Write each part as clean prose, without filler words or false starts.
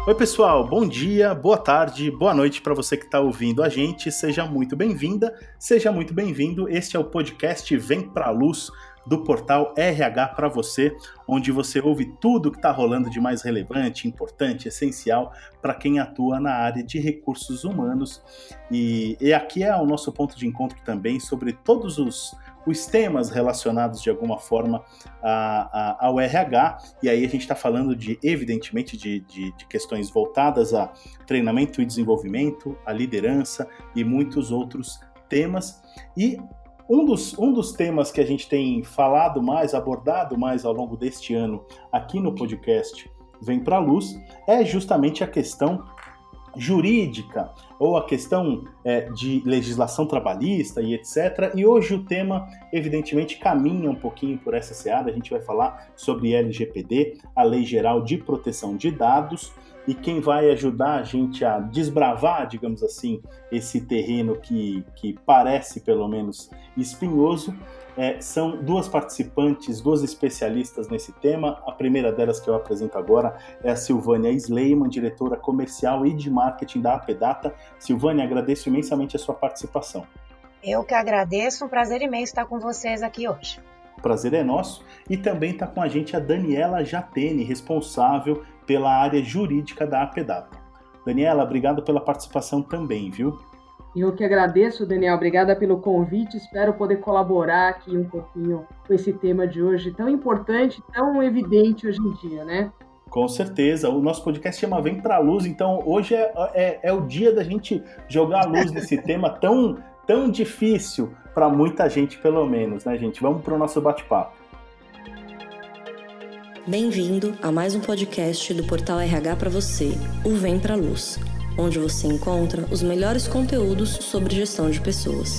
Oi pessoal, bom dia, boa tarde, boa noite para você que está ouvindo a gente, seja muito bem-vinda, seja muito bem-vindo, este é o podcast Vem Pra Luz do portal RH para você, onde você ouve tudo que está rolando de mais relevante, importante, essencial para quem atua na área de recursos humanos e aqui é o nosso ponto de encontro também sobre todos os temas relacionados de alguma forma ao RH, e aí a gente está falando evidentemente de questões voltadas a treinamento e desenvolvimento, a liderança e muitos outros temas. E um dos temas que a gente tem falado mais, abordado mais ao longo deste ano aqui no podcast Vem Pra Luz, é justamente a questão jurídica ou a questão de legislação trabalhista e etc. E hoje o tema, evidentemente, caminha um pouquinho por essa seara. A gente vai falar sobre LGPD, a Lei Geral de Proteção de Dados, e quem vai ajudar a gente a desbravar, digamos assim, esse terreno que parece, pelo menos, espinhoso, são duas participantes, duas especialistas nesse tema. A primeira delas que eu apresento agora é a Silvânia Sleiman, diretora comercial e de marketing da APData. Silvânia, agradeço imensamente a sua participação. Eu que agradeço, um prazer imenso estar com vocês aqui hoje. O prazer é nosso. E também está com a gente a Daniela Jatene, responsável pela área jurídica da APData. Daniela, obrigado pela participação também, viu? Eu que agradeço, Daniel. Obrigada pelo convite. Espero poder colaborar aqui um pouquinho com esse tema de hoje, tão importante, tão evidente hoje em dia, né? Com certeza. O nosso podcast chama Vem Pra Luz, então hoje é o dia da gente jogar a luz nesse tema tão difícil para muita gente, pelo menos, né, gente? Vamos para o nosso bate-papo. Bem-vindo a mais um podcast do portal RH para você, o Vem Pra Luz, onde você encontra os melhores conteúdos sobre gestão de pessoas.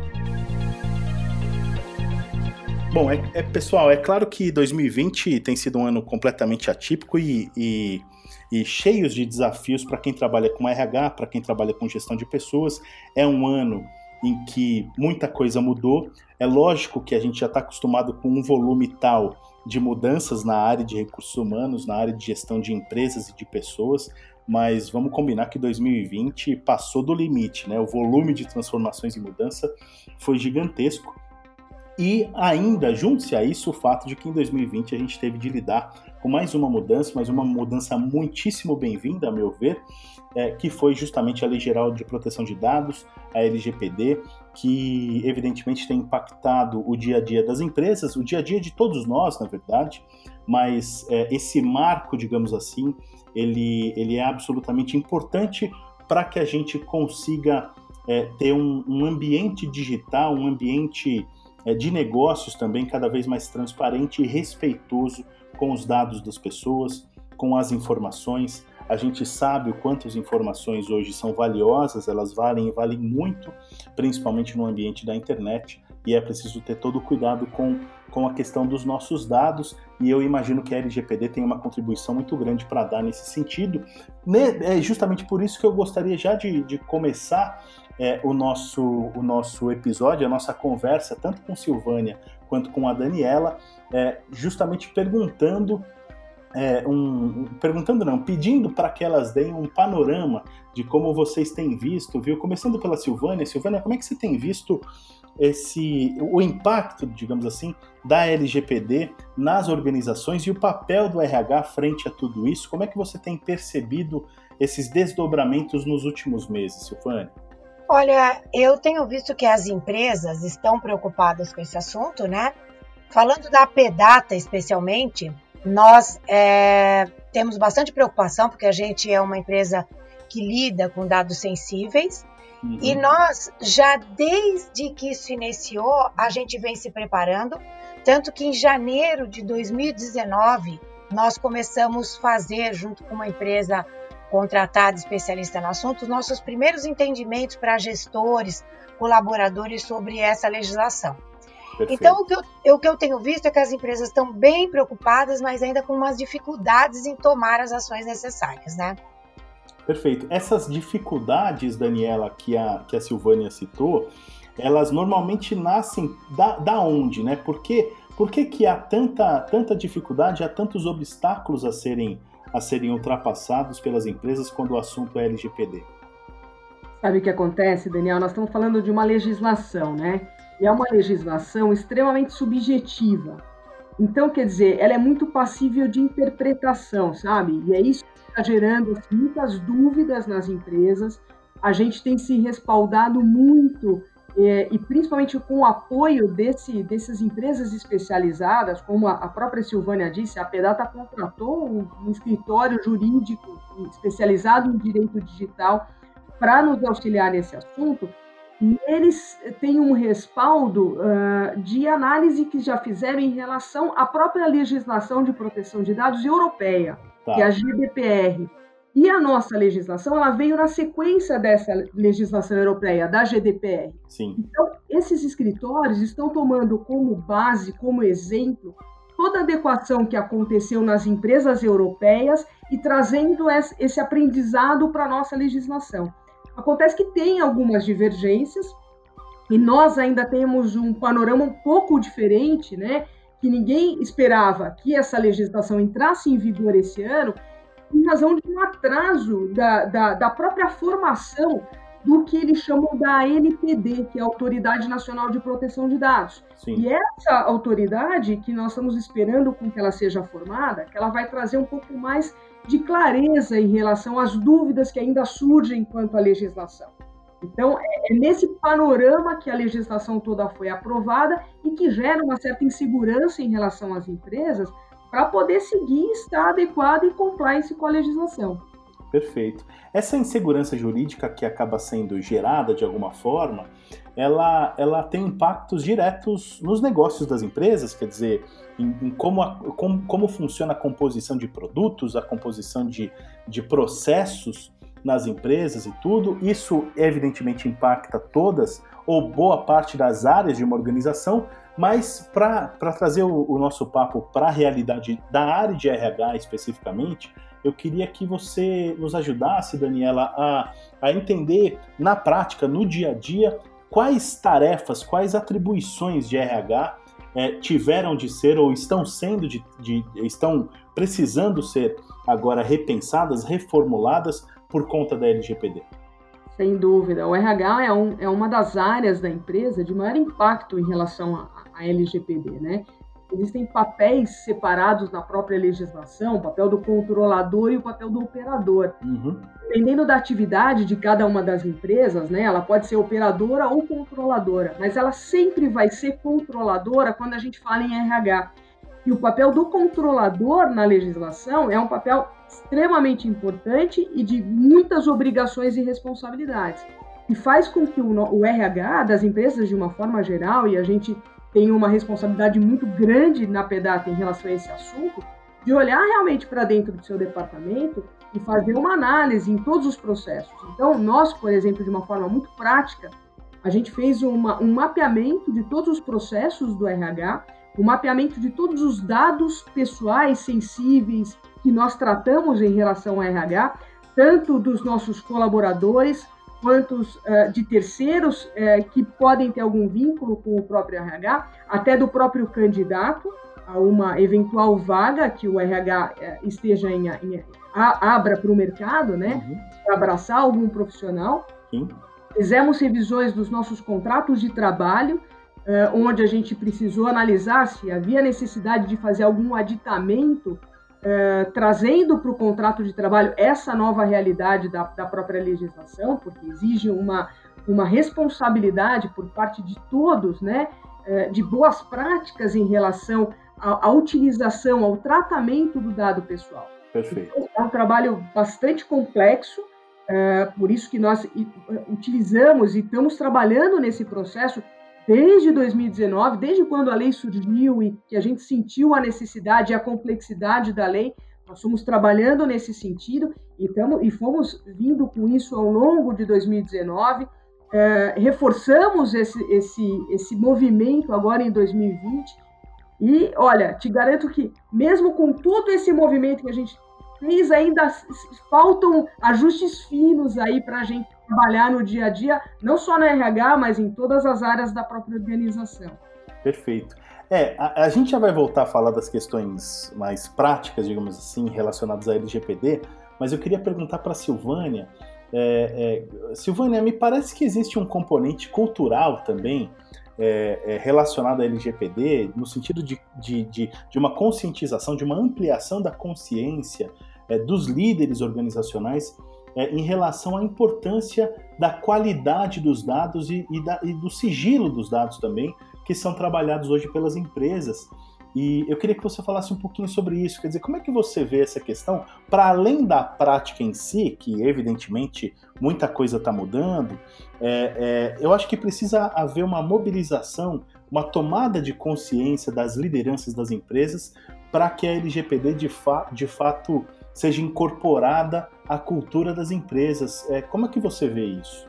Bom, pessoal, é claro que 2020 tem sido um ano completamente atípico e cheios de desafios para quem trabalha com RH, para quem trabalha com gestão de pessoas. É um ano em que muita coisa mudou. É lógico que a gente já está acostumado com um volume tal de mudanças na área de recursos humanos, na área de gestão de empresas e de pessoas, mas vamos combinar que 2020 passou do limite, né? O volume de transformações e mudança foi gigantesco. E ainda, junte-se a isso, o fato de que em 2020 a gente teve de lidar com mais uma mudança, mas uma mudança muitíssimo bem-vinda, a meu ver, que foi justamente a Lei Geral de Proteção de Dados, a LGPD, que evidentemente tem impactado o dia a dia das empresas, o dia a dia de todos nós, na verdade, mas esse marco, digamos assim, ele é absolutamente importante para que a gente consiga ter um ambiente digital, um ambiente de negócios também cada vez mais transparente e respeitoso com os dados das pessoas, com as informações. A gente sabe o quanto as informações hoje são valiosas, elas valem muito, principalmente no ambiente da internet, e é preciso ter todo o cuidado com a questão dos nossos dados, e eu imagino que a LGPD tem uma contribuição muito grande para dar nesse sentido. É justamente por isso que eu gostaria já de começar o nosso episódio, a nossa conversa, tanto com Silvânia quanto com a Daniela, justamente pedindo para que elas deem um panorama de como vocês têm visto, viu? Começando pela Silvânia. Silvânia, como é que você tem visto o impacto, digamos assim, da LGPD nas organizações e o papel do RH frente a tudo isso? Como é que você tem percebido esses desdobramentos nos últimos meses, Silvânia? Olha, eu tenho visto que as empresas estão preocupadas com esse assunto, né? Falando da APData especialmente, nós temos bastante preocupação, porque a gente é uma empresa que lida com dados sensíveis, e nós, já desde que isso iniciou, a gente vem se preparando, tanto que em janeiro de 2019, nós começamos a fazer, junto com uma empresa contratada especialista no assunto, os nossos primeiros entendimentos para gestores, colaboradores sobre essa legislação. Perfeito. Então, o que eu tenho visto é que as empresas estão bem preocupadas, mas ainda com umas dificuldades em tomar as ações necessárias, né? Perfeito. Essas dificuldades, Daniela, que a Silvânia citou, elas normalmente nascem da onde, né? Por que há tanta dificuldade, há tantos obstáculos a serem a serem ultrapassados pelas empresas quando o assunto é LGPD? Sabe o que acontece, Daniel? Nós estamos falando de uma legislação, né? E é uma legislação extremamente subjetiva. Então, quer dizer, ela é muito passível de interpretação, sabe? E é isso que está gerando assim, muitas dúvidas nas empresas. A gente tem se respaldado muito, e principalmente com o apoio dessas empresas especializadas, como a própria Silvânia disse, a Pedata contratou um escritório jurídico especializado em direito digital para nos auxiliar nesse assunto, e eles têm um respaldo de análise que já fizeram em relação à própria legislação de proteção de dados europeia, que é a GDPR. E a nossa legislação, ela veio na sequência dessa legislação europeia, da GDPR. Sim. Então, esses escritórios estão tomando como base, como exemplo, toda a adequação que aconteceu nas empresas europeias e trazendo esse aprendizado para a nossa legislação. Acontece que tem algumas divergências e nós ainda temos um panorama um pouco diferente, né? Que ninguém esperava que essa legislação entrasse em vigor esse ano, em razão de um atraso da própria formação do que eles chamam da ANPD, que é a Autoridade Nacional de Proteção de Dados. Sim. E essa autoridade, que nós estamos esperando com que ela seja formada, que ela vai trazer um pouco mais de clareza em relação às dúvidas que ainda surgem quanto à legislação. Então, é nesse panorama que a legislação toda foi aprovada e que gera uma certa insegurança em relação às empresas para poder seguir, estar adequado e compliance com a legislação. Perfeito. Essa insegurança jurídica que acaba sendo gerada de alguma forma, ela tem impactos diretos nos negócios das empresas, quer dizer, em como funciona a composição de produtos, a composição de processos nas empresas e tudo. Isso evidentemente impacta todas ou boa parte das áreas de uma organização, mas para trazer o nosso papo para a realidade da área de RH especificamente, eu queria que você nos ajudasse, Daniela, a entender na prática, no dia a dia, quais tarefas, quais atribuições de RH tiveram de ser ou estão estão precisando ser agora repensadas, reformuladas por conta da LGPD. Sem dúvida. O RH é uma das áreas da empresa de maior impacto em relação à LGPD, né? Existem papéis separados na própria legislação, o papel do controlador e o papel do operador. Uhum. Dependendo da atividade de cada uma das empresas, né, ela pode ser operadora ou controladora, mas ela sempre vai ser controladora quando a gente fala em RH. E o papel do controlador na legislação é um papel extremamente importante e de muitas obrigações e responsabilidades. E faz com que o RH das empresas, de uma forma geral, e a gente tem uma responsabilidade muito grande na Pedata em relação a esse assunto, de olhar realmente para dentro do seu departamento e fazer uma análise em todos os processos. Então, nós, por exemplo, de uma forma muito prática, a gente fez um mapeamento de todos os processos do RH, um mapeamento de todos os dados pessoais sensíveis que nós tratamos em relação ao RH, tanto dos nossos colaboradores, quanto de terceiros que podem ter algum vínculo com o próprio RH, até do próprio candidato a uma eventual vaga que o RH esteja abra para o mercado, né, para abraçar algum profissional. Sim. Fizemos revisões dos nossos contratos de trabalho, onde a gente precisou analisar se havia necessidade de fazer algum aditamento, trazendo para o contrato de trabalho essa nova realidade da própria legislação, porque exige uma responsabilidade por parte de todos, né, de boas práticas em relação à utilização, ao tratamento do dado pessoal. Perfeito. Então, é um trabalho bastante complexo, por isso que nós utilizamos e estamos trabalhando nesse processo desde 2019, desde quando a lei surgiu e que a gente sentiu a necessidade e a complexidade da lei, nós fomos trabalhando nesse sentido e fomos vindo com isso ao longo de 2019, reforçamos esse movimento agora em 2020 e, olha, te garanto que mesmo com todo esse movimento que a gente fez, ainda faltam ajustes finos aí para a gente trabalhar no dia a dia, não só na RH, mas em todas as áreas da própria organização. Perfeito. A gente já vai voltar a falar das questões mais práticas, digamos assim, relacionadas à LGPD, mas eu queria perguntar para a Silvânia. Silvânia, me parece que existe um componente cultural também relacionado à LGPD, no sentido de uma conscientização, de uma ampliação da consciência dos líderes organizacionais em relação à importância da qualidade dos dados e do sigilo dos dados também, que são trabalhados hoje pelas empresas. E eu queria que você falasse um pouquinho sobre isso. Quer dizer, como é que você vê essa questão, para além da prática em si, que evidentemente muita coisa está mudando, eu acho que precisa haver uma mobilização, uma tomada de consciência das lideranças das empresas para que a LGPD de fato seja incorporada à cultura das empresas. Como é que você vê isso?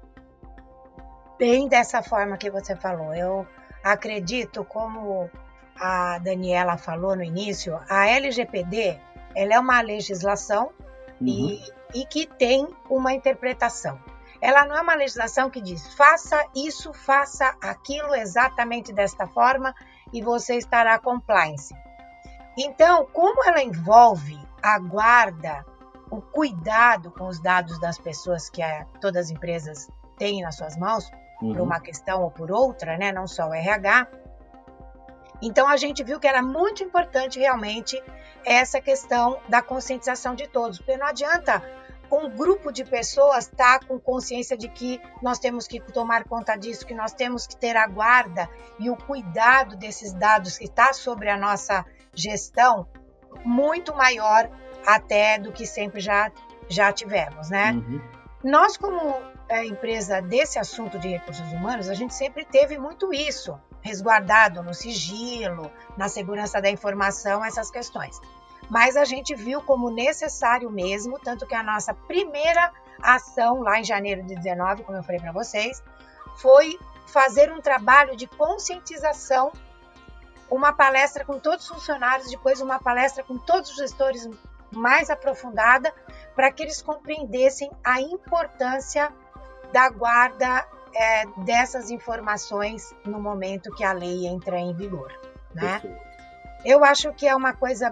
Bem dessa forma que você falou. Eu acredito, como a Daniela falou no início, a LGPD ela é uma legislação e que tem uma interpretação. Ela não é uma legislação que diz faça isso, faça aquilo exatamente desta forma e você estará compliance. Então, como ela envolve a guarda, o cuidado com os dados das pessoas que todas as empresas têm nas suas mãos, por uma questão ou por outra, né? Não só o RH. Então, a gente viu que era muito importante realmente essa questão da conscientização de todos, porque não adianta um grupo de pessoas estar com consciência de que nós temos que tomar conta disso, que nós temos que ter a guarda e o cuidado desses dados que está sobre a nossa gestão muito maior até do que sempre já tivemos, né? Nós, como empresa desse assunto de recursos humanos, a gente sempre teve muito isso, resguardado no sigilo, na segurança da informação, essas questões. Mas a gente viu como necessário mesmo, tanto que a nossa primeira ação lá em janeiro de 2019, como eu falei para vocês, foi fazer um trabalho de conscientização, uma palestra com todos os funcionários, depois uma palestra com todos os gestores mais aprofundada, para que eles compreendessem a importância da guarda dessas informações no momento que a lei entra em vigor, né? Eu acho que é uma coisa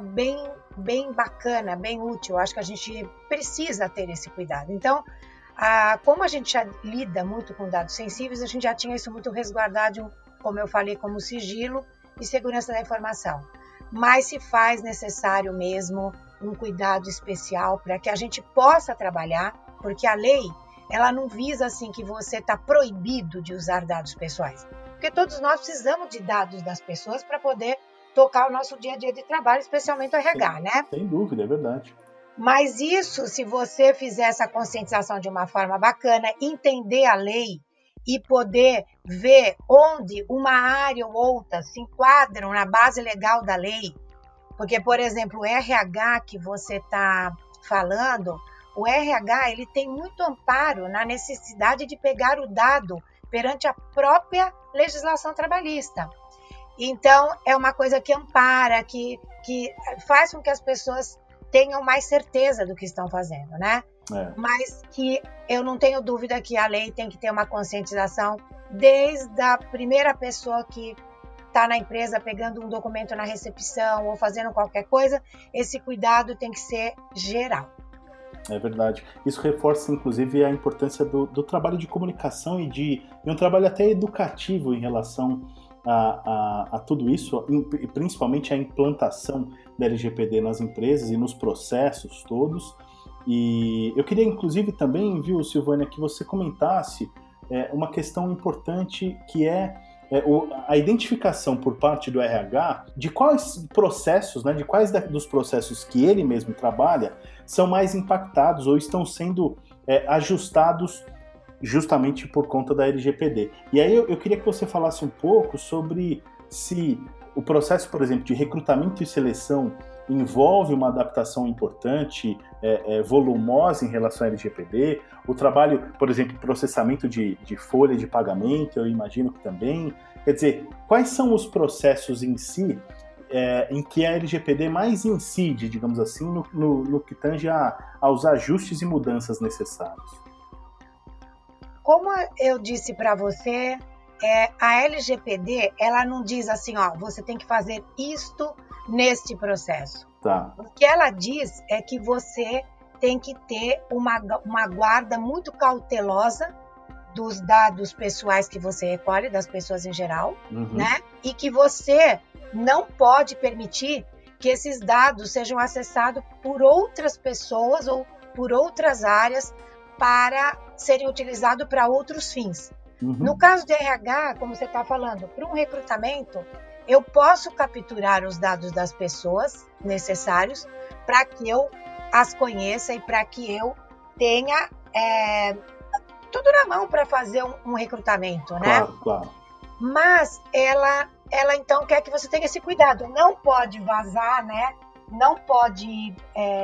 bem bacana, bem útil. Eu acho que a gente precisa ter esse cuidado. Então, como a gente já lida muito com dados sensíveis, a gente já tinha isso muito resguardado, como eu falei, como sigilo e segurança da informação. Mas se faz necessário mesmo um cuidado especial para que a gente possa trabalhar, porque a lei ela não visa assim que você está proibido de usar dados pessoais. Porque todos nós precisamos de dados das pessoas para poder tocar o nosso dia a dia de trabalho, especialmente o RH, né? Sem dúvida, é verdade. Mas isso, se você fizer essa conscientização de uma forma bacana, entender a lei e poder ver onde uma área ou outra se enquadram na base legal da lei, porque, por exemplo, o RH que você está falando, o RH ele tem muito amparo na necessidade de pegar o dado perante a própria legislação trabalhista. Então, é uma coisa que ampara, que faz com que as pessoas tenham mais certeza do que estão fazendo, né? Mas que eu não tenho dúvida que a lei tem que ter uma conscientização desde a primeira pessoa que está na empresa pegando um documento na recepção ou fazendo qualquer coisa, esse cuidado tem que ser geral. É verdade. Isso reforça, inclusive, a importância do trabalho de comunicação e um trabalho até educativo em relação a tudo isso, e principalmente a implantação da LGPD nas empresas e nos processos todos. E eu queria, inclusive, também, viu, Silvânia, que você comentasse uma questão importante que a identificação por parte do RH de quais processos, né, de quais dos processos que ele mesmo trabalha são mais impactados ou estão sendo ajustados justamente por conta da LGPD. E aí eu queria que você falasse um pouco sobre se o processo, por exemplo, de recrutamento e seleção envolve uma adaptação importante, volumosa em relação à LGPD, o trabalho, por exemplo, processamento de folha de pagamento, eu imagino que também. Quer dizer, quais são os processos em si em que a LGPD mais incide, digamos assim, no que tange aos ajustes e mudanças necessários? como eu disse para você, a LGPD, ela não diz assim, ó, você tem que fazer isto neste processo. Tá. O que ela diz é que você tem que ter uma guarda muito cautelosa dos dados pessoais que você recolhe, das pessoas em geral, né? E que você não pode permitir que esses dados sejam acessados por outras pessoas ou por outras áreas para serem utilizados para outros fins. No caso de RH, como você está falando, para um recrutamento, eu posso capturar os dados das pessoas necessários para que eu as conheça e para que eu tenha tudo na mão para fazer um recrutamento, né? Claro. Mas ela então quer que você tenha esse cuidado. Não pode vazar, né? Não pode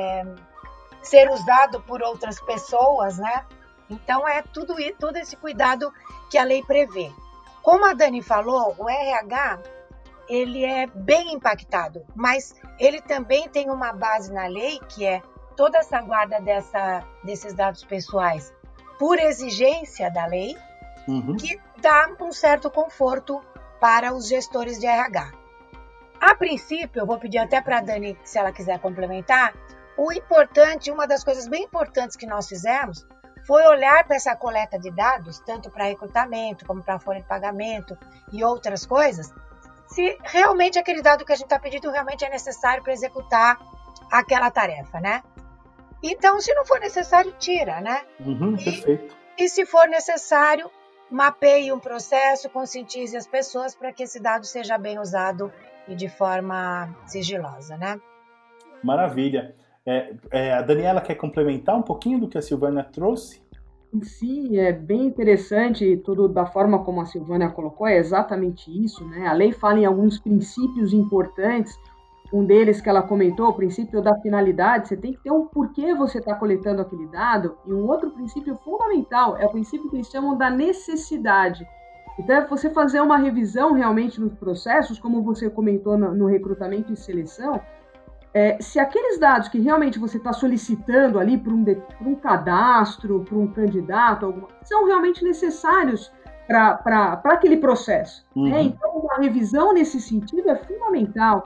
ser usado por outras pessoas, né? Então, todo esse cuidado que a lei prevê. Como a Dani falou, o RH, ele é bem impactado, mas ele também tem uma base na lei, que é toda essa guarda desses dados pessoais por exigência da lei, que dá um certo conforto para os gestores de RH. A princípio, eu vou pedir até para a Dani, se ela quiser complementar, uma das coisas bem importantes que nós fizemos foi olhar para essa coleta de dados, tanto para recrutamento, como para folha de pagamento e outras coisas, se realmente aquele dado que a gente está pedindo realmente é necessário para executar aquela tarefa, né? Então, se não for necessário, tira, né? Perfeito. E se for necessário, mapeie um processo, conscientize as pessoas para que esse dado seja bem usado e de forma sigilosa, né? Maravilha. A Daniela quer complementar um pouquinho do que a Silvânia trouxe? Sim, é bem interessante, tudo da forma como a Silvânia colocou, é exatamente isso, né? A lei fala em alguns princípios importantes, um deles que ela comentou, o princípio da finalidade, você tem que ter um porquê você está coletando aquele dado, e um outro princípio fundamental é o princípio que eles chamam da necessidade. Então, é você fazer uma revisão realmente nos processos, como você comentou no recrutamento e seleção, se aqueles dados que realmente você está solicitando ali para um cadastro, para um candidato, são realmente necessários para aquele processo. Né? Então, uma revisão nesse sentido é fundamental.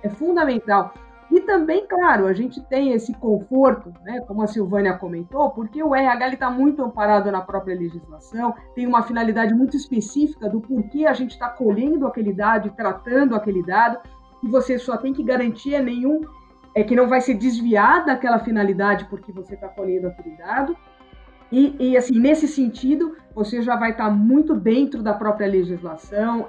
E também, claro, a gente tem esse conforto, né, como a Silvânia comentou, porque o RH está muito amparado na própria legislação, tem uma finalidade muito específica do porquê a gente está colhendo aquele dado e tratando aquele dado, e você só tem que garantir que não vai ser desviado daquela finalidade porque você está colhendo aquele dado. E assim, nesse sentido, você já vai estar muito dentro da própria legislação,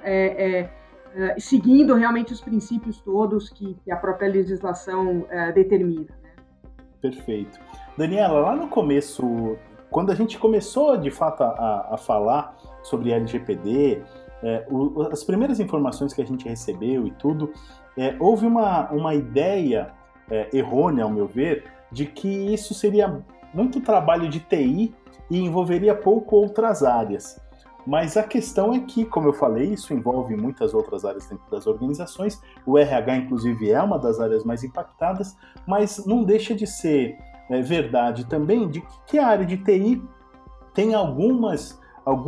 seguindo realmente os princípios todos que a própria legislação determina. Né? Perfeito. Daniela, lá no começo, quando a gente começou de fato a falar sobre LGPD, as primeiras informações que a gente recebeu e tudo, houve uma ideia errônea, ao meu ver, de que isso seria muito trabalho de TI e envolveria pouco outras áreas. Mas a questão é que, como eu falei, isso envolve muitas outras áreas dentro das organizações, o RH, inclusive, é uma das áreas mais impactadas, mas não deixa de ser verdade também de que a área de TI tem algumas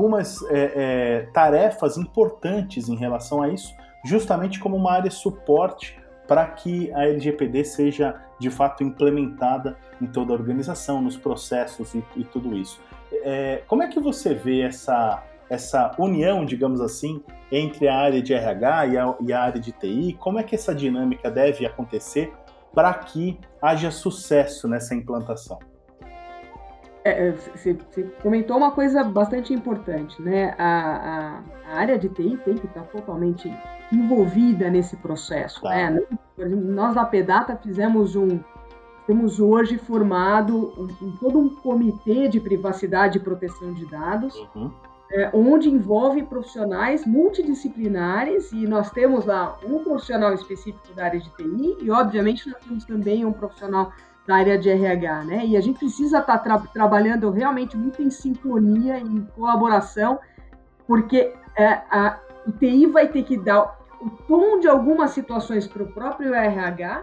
tarefas importantes em relação a isso, justamente como uma área de suporte para que a LGPD seja, de fato, implementada em toda a organização, nos processos e tudo isso. Como é que você vê essa união, digamos assim, entre a área de RH e a área de TI? Como é que essa dinâmica deve acontecer para que haja sucesso nessa implantação? Você comentou uma coisa bastante importante, né? A área de TI tem que estar totalmente envolvida nesse processo. Tá. Né? Por exemplo, nós da Pedata temos hoje formado todo um comitê de privacidade e proteção de dados, onde envolve profissionais multidisciplinares, e nós temos lá um profissional específico da área de TI e, obviamente, nós temos também um profissional da área de RH, né? E a gente precisa estar trabalhando realmente muito em sintonia, em colaboração, porque o TI vai ter que dar o tom de algumas situações para o próprio RH,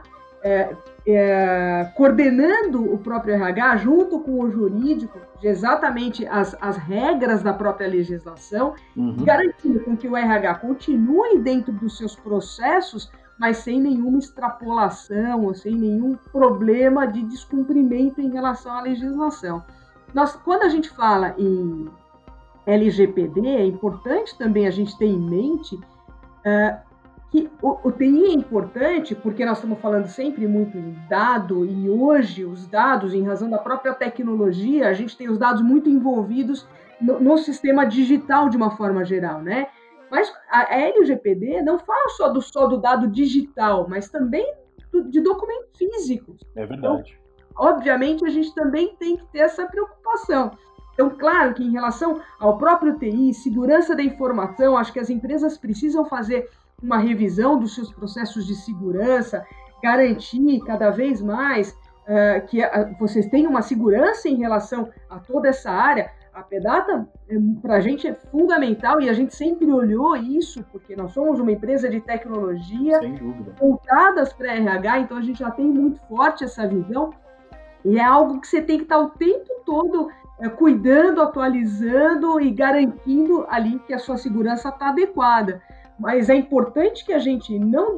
coordenando o próprio RH junto com o jurídico, de exatamente as regras da própria legislação, garantindo com que o RH continue dentro dos seus processos, mas sem nenhuma extrapolação ou sem nenhum problema de descumprimento em relação à legislação. Quando a gente fala em LGPD, é importante também a gente ter em mente que o TI é importante porque nós estamos falando sempre muito em dado, e hoje os dados, em razão da própria tecnologia, a gente tem os dados muito envolvidos no sistema digital de uma forma geral, né? Mas a LGPD não fala só do dado digital, mas também de documentos físicos. É verdade. Então, obviamente, a gente também tem que ter essa preocupação. Então, claro que em relação ao próprio TI, segurança da informação, acho que as empresas precisam fazer uma revisão dos seus processos de segurança, garantir cada vez mais que vocês tenham uma segurança em relação a toda essa área. A PData, para a gente, é fundamental e a gente sempre olhou isso, porque nós somos uma empresa de tecnologia voltadas para RH, então a gente já tem muito forte essa visão e é algo que você tem que estar o tempo todo cuidando, atualizando e garantindo ali que a sua segurança está adequada. Mas é importante que a gente não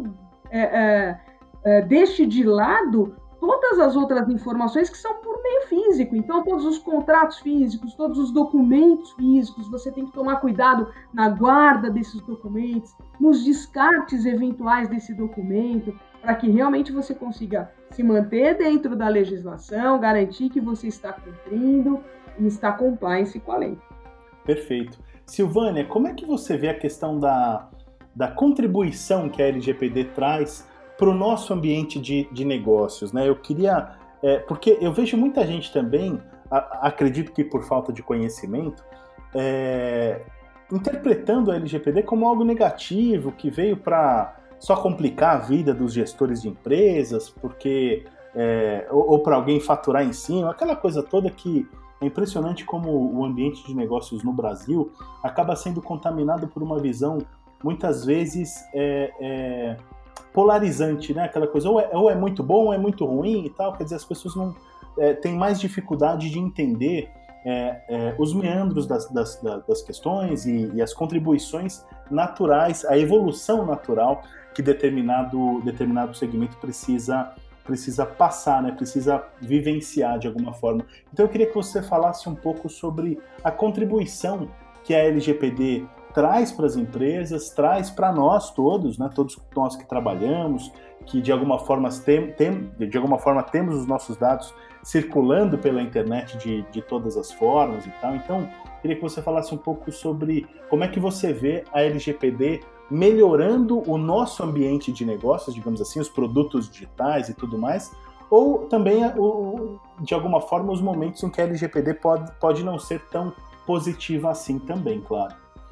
deixe de lado todas as outras informações que são por meio físico. Então, todos os contratos físicos, todos os documentos físicos, você tem que tomar cuidado na guarda desses documentos, nos descartes eventuais desse documento, para que realmente você consiga se manter dentro da legislação, garantir que você está cumprindo e está compliance com a lei. Perfeito. Silvânia, como é que você vê a questão da contribuição que a LGPD traz para o nosso ambiente de negócios, né? Eu queria... porque eu vejo muita gente também, acredito que por falta de conhecimento, interpretando a LGPD como algo negativo, que veio para só complicar a vida dos gestores de empresas, porque ou para alguém faturar em cima, aquela coisa toda que é impressionante como o ambiente de negócios no Brasil acaba sendo contaminado por uma visão, muitas vezes, polarizante, né? Aquela coisa, ou é muito bom ou é muito ruim e tal, quer dizer, as pessoas não têm mais dificuldade de entender os meandros das questões e as contribuições naturais, a evolução natural que determinado segmento precisa passar, né? Precisa vivenciar de alguma forma. Então eu queria que você falasse um pouco sobre a contribuição que a LGPD traz para as empresas, traz para nós todos, né? Todos nós que trabalhamos, que de alguma forma temos os nossos dados circulando pela internet de todas as formas e tal. Então, queria que você falasse um pouco sobre como é que você vê a LGPD melhorando o nosso ambiente de negócios, digamos assim, os produtos digitais e tudo mais, ou também, de alguma forma, os momentos em que a LGPD pode não ser tão positiva assim também, claro.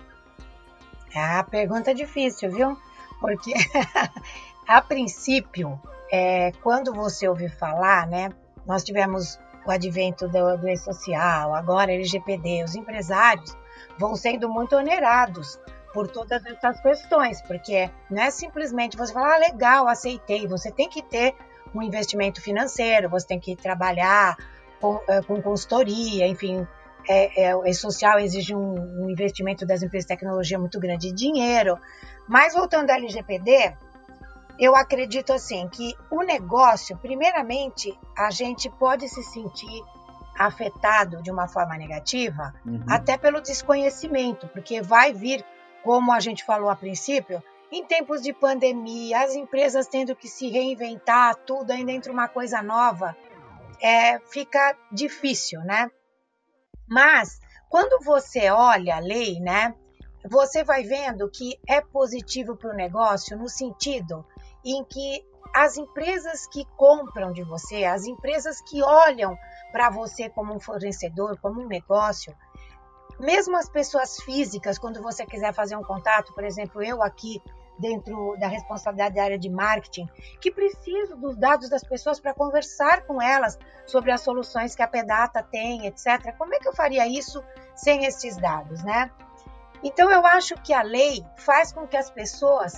A pergunta é difícil, viu? Porque, a princípio, quando você ouviu falar, né, nós tivemos o advento do e-social, agora LGPD, os empresários vão sendo muito onerados por todas essas questões, porque não é simplesmente você falar, legal, aceitei, você tem que ter um investimento financeiro, você tem que trabalhar com consultoria, enfim, o e-social exige um investimento das empresas de tecnologia muito grande de dinheiro, mas voltando à LGPD, eu acredito assim, que o negócio, primeiramente, a gente pode se sentir afetado de uma forma negativa, até pelo desconhecimento, porque vai vir, como a gente falou a princípio, em tempos de pandemia, as empresas tendo que se reinventar, tudo ainda entre uma coisa nova, fica difícil, né? Mas, quando você olha a lei, né, você vai vendo que é positivo para o negócio no sentido em que as empresas que compram de você, as empresas que olham para você como um fornecedor, como um negócio, mesmo as pessoas físicas, quando você quiser fazer um contato, por exemplo, eu aqui dentro da responsabilidade da área de marketing, que preciso dos dados das pessoas para conversar com elas sobre as soluções que a PData tem, etc. Como é que eu faria isso sem esses dados, né? Então, eu acho que a lei faz com que as pessoas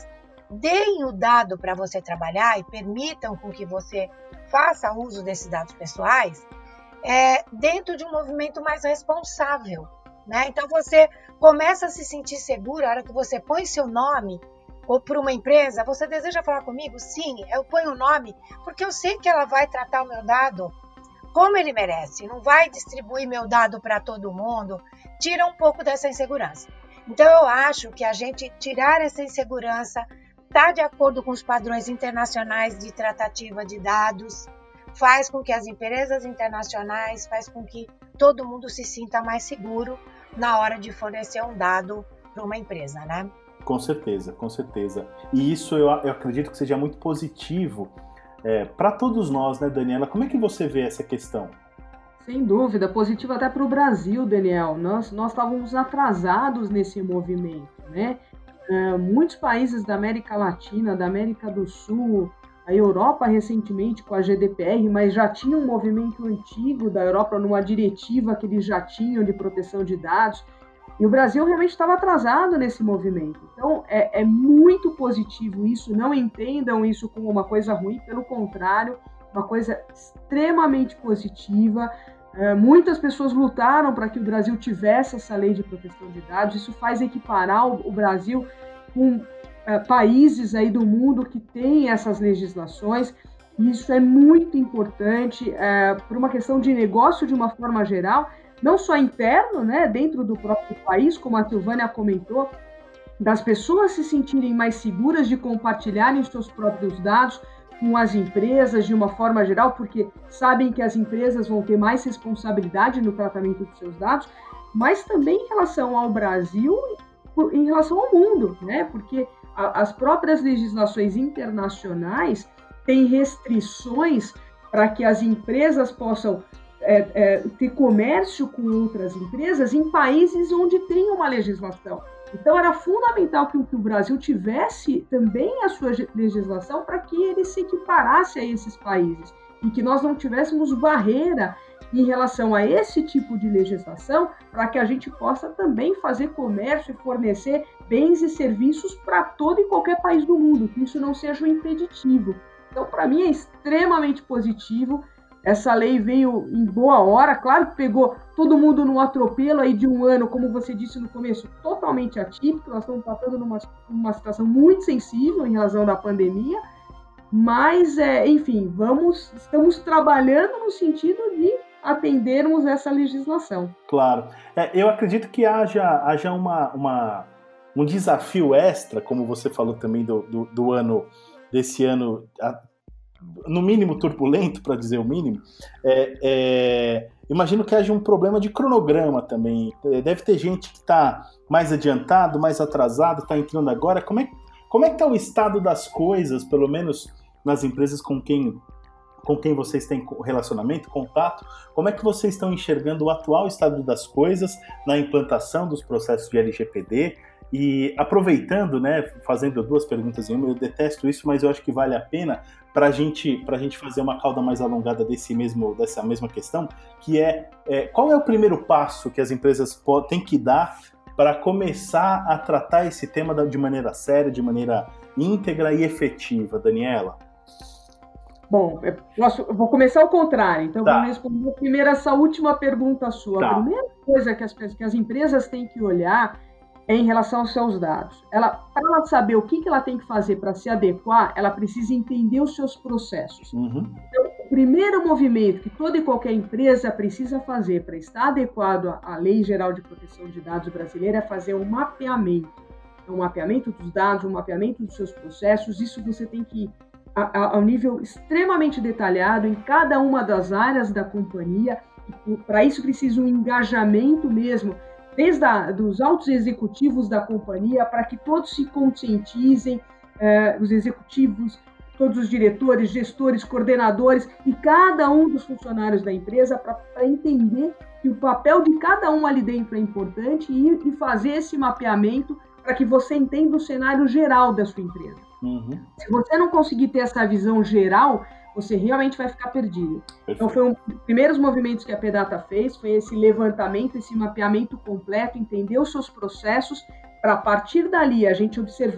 deem o dado para você trabalhar e permitam com que você faça uso desses dados pessoais dentro de um movimento mais responsável, né? Então você começa a se sentir seguro a hora que você põe seu nome ou para uma empresa, você deseja falar comigo? Sim, eu ponho o nome porque eu sei que ela vai tratar o meu dado como ele merece, não vai distribuir meu dado para todo mundo, tira um pouco dessa insegurança. Então eu acho que a gente tirar essa insegurança está de acordo com os padrões internacionais de tratativa de dados, faz com que as empresas internacionais, faz com que todo mundo se sinta mais seguro na hora de fornecer um dado para uma empresa, né? Com certeza, com certeza. E isso eu acredito que seja muito positivo para todos nós, né, Daniela? Como é que você vê essa questão? Sem dúvida, positivo até para o Brasil, Daniel. Nós estávamos atrasados nesse movimento, né? Muitos países da América Latina, da América do Sul, a Europa recentemente com a GDPR, mas já tinha um movimento antigo da Europa numa diretiva que eles já tinham de proteção de dados, e o Brasil realmente estava atrasado nesse movimento. Então, é muito positivo isso, não entendam isso como uma coisa ruim, pelo contrário, uma coisa extremamente positiva. Muitas pessoas lutaram para que o Brasil tivesse essa lei de proteção de dados, isso faz equiparar o Brasil com países aí do mundo que têm essas legislações. Isso é muito importante por uma questão de negócio de uma forma geral, não só interno, né, dentro do próprio país, como a Silvânia comentou, das pessoas se sentirem mais seguras de compartilharem os seus próprios dados com as empresas de uma forma geral, porque sabem que as empresas vão ter mais responsabilidade no tratamento dos seus dados, mas também em relação ao Brasil, em relação ao mundo, né? Porque as próprias legislações internacionais têm restrições para que as empresas possam ter comércio com outras empresas em países onde tem uma legislação. Então, era fundamental que o Brasil tivesse também a sua legislação para que ele se equiparasse a esses países e que nós não tivéssemos barreira em relação a esse tipo de legislação para que a gente possa também fazer comércio e fornecer bens e serviços para todo e qualquer país do mundo, que isso não seja um impeditivo. Então, para mim, é extremamente positivo. Essa lei veio em boa hora, claro que pegou todo mundo num atropelo aí de um ano, como você disse no começo, totalmente atípico, nós estamos passando numa situação muito sensível em razão da pandemia, mas, enfim, estamos trabalhando no sentido de atendermos essa legislação. Claro. Eu acredito que haja um desafio extra, como você falou também do ano, desse ano, no mínimo turbulento, para dizer o mínimo. Imagino que haja um problema de cronograma também. Deve ter gente que está mais adiantado, mais atrasado, está entrando agora. Como é que está o estado das coisas, pelo menos nas empresas com quem vocês têm relacionamento, contato? Como é que vocês estão enxergando o atual estado das coisas na implantação dos processos de LGPD? E aproveitando, né, fazendo duas perguntas em uma, eu detesto isso, mas eu acho que vale a pena para a gente fazer uma cauda mais alongada dessa mesma questão, que qual é o primeiro passo que as empresas têm que dar para começar a tratar esse tema de maneira séria, de maneira íntegra e efetiva, Daniela? Bom, eu vou começar ao contrário, então vamos responder primeiro essa última pergunta sua. A primeira coisa que as empresas têm que olhar em relação aos seus dados. Para ela saber o que ela tem que fazer para se adequar, ela precisa entender os seus processos. Uhum. Então, o primeiro movimento que toda e qualquer empresa precisa fazer para estar adequado à Lei Geral de Proteção de Dados brasileira é fazer um mapeamento. Um mapeamento dos dados, um mapeamento dos seus processos. Isso você tem que ir a um nível extremamente detalhado em cada uma das áreas da companhia. Para isso precisa um engajamento mesmo, desde dos altos executivos da companhia, para que todos se conscientizem, os executivos, todos os diretores, gestores, coordenadores e cada um dos funcionários da empresa para entender que o papel de cada um ali dentro é importante e fazer esse mapeamento para que você entenda o cenário geral da sua empresa. Uhum. Se você não conseguir ter essa visão geral, você realmente vai ficar perdido. Perfeito. Então, foi um dos primeiros movimentos que a PData fez, foi esse levantamento, esse mapeamento completo, entender os seus processos, para a partir dali a gente observar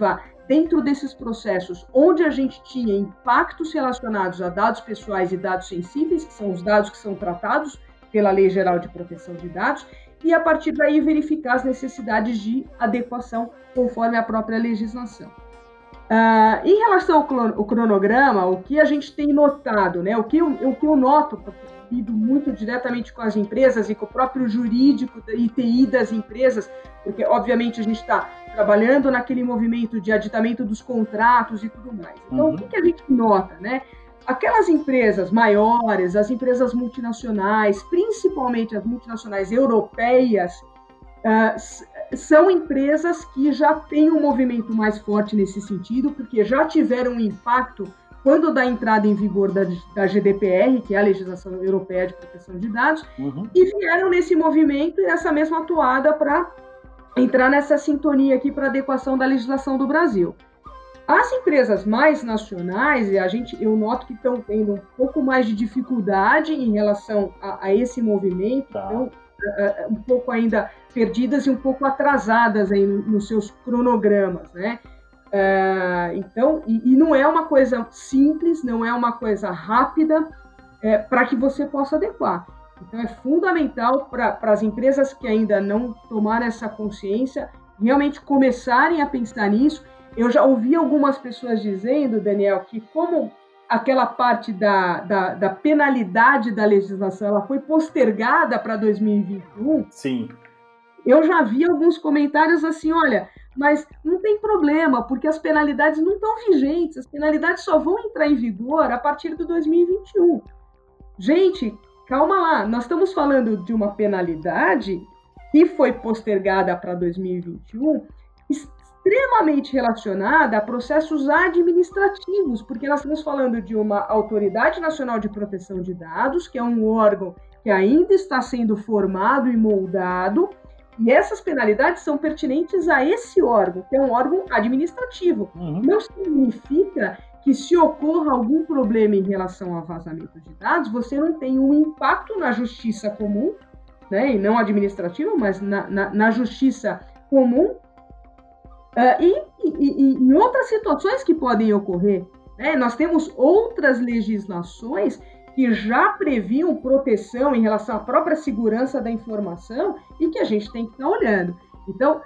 dentro desses processos, onde a gente tinha impactos relacionados a dados pessoais e dados sensíveis, que são os dados que são tratados pela Lei Geral de Proteção de Dados, e a partir daí verificar as necessidades de adequação conforme a própria legislação. Em relação ao cronograma, o que a gente tem notado, né, o que eu noto, porque eu lido muito diretamente com as empresas e com o próprio jurídico e TI das empresas, porque obviamente a gente está trabalhando naquele movimento de aditamento dos contratos e tudo mais. Então, o que a gente nota, né? Aquelas empresas maiores, as empresas multinacionais, principalmente as multinacionais europeias, são empresas que já têm um movimento mais forte nesse sentido, porque já tiveram um impacto quando da entrada em vigor da GDPR, que é a Legislação Europeia de Proteção de Dados, e vieram nesse movimento e nessa mesma atuada para entrar nessa sintonia aqui para adequação da legislação do Brasil. As empresas mais nacionais, eu noto que estão tendo um pouco mais de dificuldade em relação a esse movimento, então, um pouco ainda perdidas e um pouco atrasadas aí nos seus cronogramas, né? Então, e não é uma coisa simples, não é uma coisa rápida para que você possa adequar. Então, é fundamental para as empresas que ainda não tomaram essa consciência realmente começarem a pensar nisso. Eu já ouvi algumas pessoas dizendo, Daniel, que como aquela parte da penalidade da legislação ela foi postergada para 2021, sim. Eu já vi alguns comentários assim, olha, mas não tem problema, porque as penalidades não estão vigentes, as penalidades só vão entrar em vigor a partir de 2021. Gente, calma lá, nós estamos falando de uma penalidade que foi postergada para 2021, extremamente relacionada a processos administrativos, porque nós estamos falando de uma Autoridade Nacional de Proteção de Dados, que é um órgão que ainda está sendo formado e moldado, e essas penalidades são pertinentes a esse órgão, que é um órgão administrativo. Não significa que se ocorra algum problema em relação ao vazamento de dados, você não tem um impacto na justiça comum, né, e não administrativa, mas na justiça comum, e em outras situações que podem ocorrer. Né? Nós temos outras legislações que já previam proteção em relação à própria segurança da informação e que a gente tem que estar olhando. Então,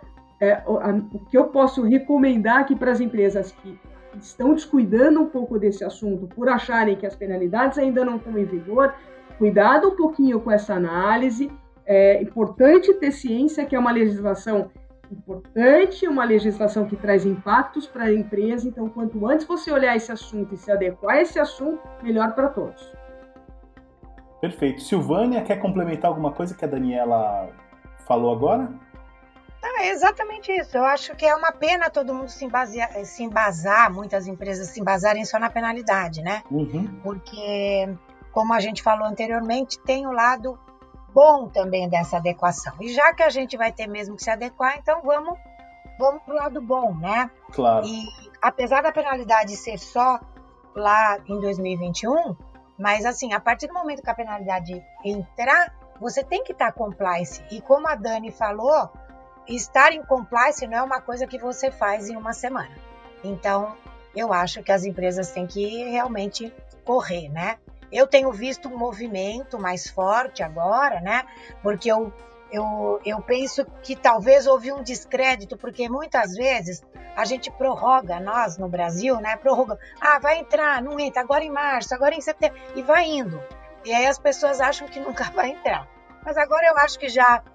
o que eu posso recomendar aqui para as empresas que estão descuidando um pouco desse assunto por acharem que as penalidades ainda não estão em vigor, cuidado um pouquinho com essa análise. É importante ter ciência que é uma legislação importante, uma legislação que traz impactos para a empresa, então quanto antes você olhar esse assunto e se adequar a esse assunto, melhor para todos. Perfeito. Silvânia, quer complementar alguma coisa que a Daniela falou agora? É exatamente isso. Eu acho que é uma pena todo mundo se embasar, muitas empresas se embasarem só na penalidade, né? Porque, como a gente falou anteriormente, tem o lado bom também dessa adequação. E já que a gente vai ter mesmo que se adequar, então vamos pro lado bom, né? Claro. E apesar da penalidade ser só lá em 2021, mas assim, a partir do momento que a penalidade entrar, você tem que estar compliance. E como a Dani falou, estar em compliance não é uma coisa que você faz em uma semana. Então, eu acho que as empresas têm que realmente correr, né? Eu tenho visto um movimento mais forte agora, né? Porque eu penso que talvez houve um descrédito, porque muitas vezes a gente prorroga, nós no Brasil, né? Prorroga, vai entrar, não entra, agora em março, agora em setembro, e vai indo. E aí as pessoas acham que nunca vai entrar. Mas agora eu acho que já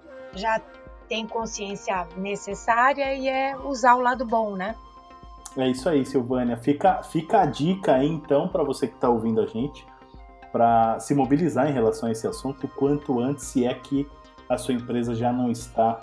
tem consciência necessária e é usar o lado bom, né? É isso aí, Silvânia. Fica a dica aí, então, para você que está ouvindo a gente, para se mobilizar em relação a esse assunto o quanto antes, se é que a sua empresa já não está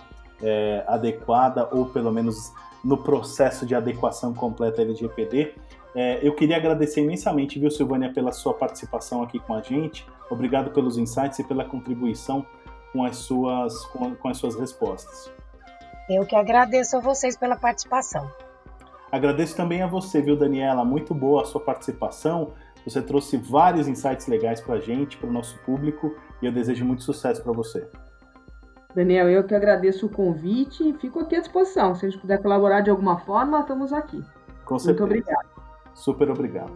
adequada ou pelo menos no processo de adequação completa LGPD. Eu queria agradecer imensamente, viu, Silvânia, pela sua participação aqui com a gente. Obrigado pelos insights e pela contribuição com as suas respostas. Eu que agradeço a vocês pela participação. Agradeço também a você, viu, Daniela? Muito boa a sua participação. Você trouxe vários insights legais para a gente, para o nosso público, e eu desejo muito sucesso para você. Daniel, eu que agradeço o convite e fico aqui à disposição. Se a gente puder colaborar de alguma forma, estamos aqui. Com certeza. Muito obrigado. Super obrigado.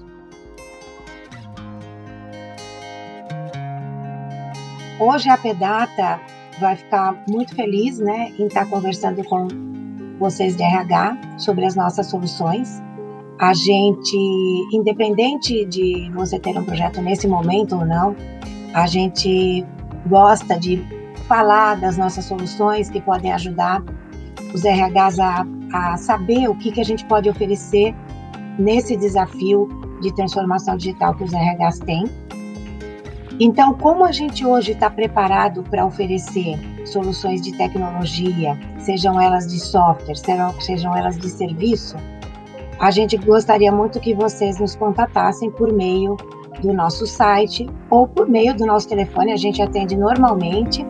Hoje a Pedata vai ficar muito feliz, né, em estar conversando com vocês de RH sobre as nossas soluções. A gente, independente de você ter um projeto nesse momento ou não, a gente gosta de falar das nossas soluções que podem ajudar os RHs a saber o que a gente pode oferecer nesse desafio de transformação digital que os RHs têm. Então, como a gente hoje está preparado para oferecer soluções de tecnologia, sejam elas de software, sejam elas de serviço, a gente gostaria muito que vocês nos contatassem por meio do nosso site ou por meio do nosso telefone, a gente atende normalmente.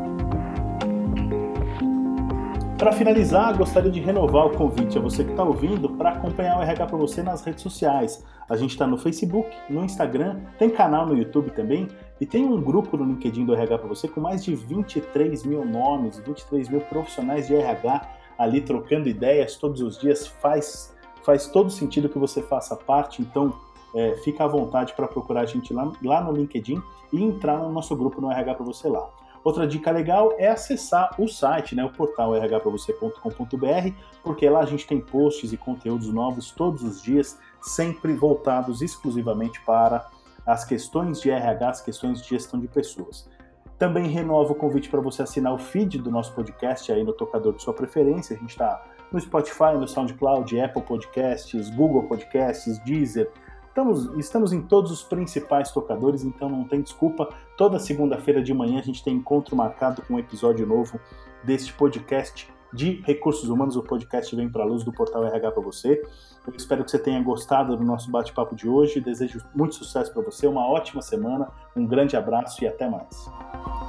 Para finalizar, gostaria de renovar o convite a você que está ouvindo para acompanhar o RH para você nas redes sociais. A gente está no Facebook, no Instagram, tem canal no YouTube também e tem um grupo no LinkedIn do RH para você com mais de 23 mil nomes, 23 mil profissionais de RH ali trocando ideias todos os dias. Faz todo sentido que você faça parte, então fica à vontade para procurar a gente lá no LinkedIn e entrar no nosso grupo no RH para você lá. Outra dica legal é acessar o site, né, o portal rhpravocê.com.br, porque lá a gente tem posts e conteúdos novos todos os dias, sempre voltados exclusivamente para as questões de RH, as questões de gestão de pessoas. Também renovo o convite para você assinar o feed do nosso podcast aí no tocador de sua preferência. A gente está no Spotify, no SoundCloud, Apple Podcasts, Google Podcasts, Deezer. Estamos em todos os principais tocadores, então não tem desculpa. Toda segunda-feira de manhã a gente tem encontro marcado com um episódio novo deste podcast de recursos humanos. O podcast Vem Pra Luz do Portal RH para você. Eu espero que você tenha gostado do nosso bate-papo de hoje. Desejo muito sucesso para você, uma ótima semana, um grande abraço e até mais.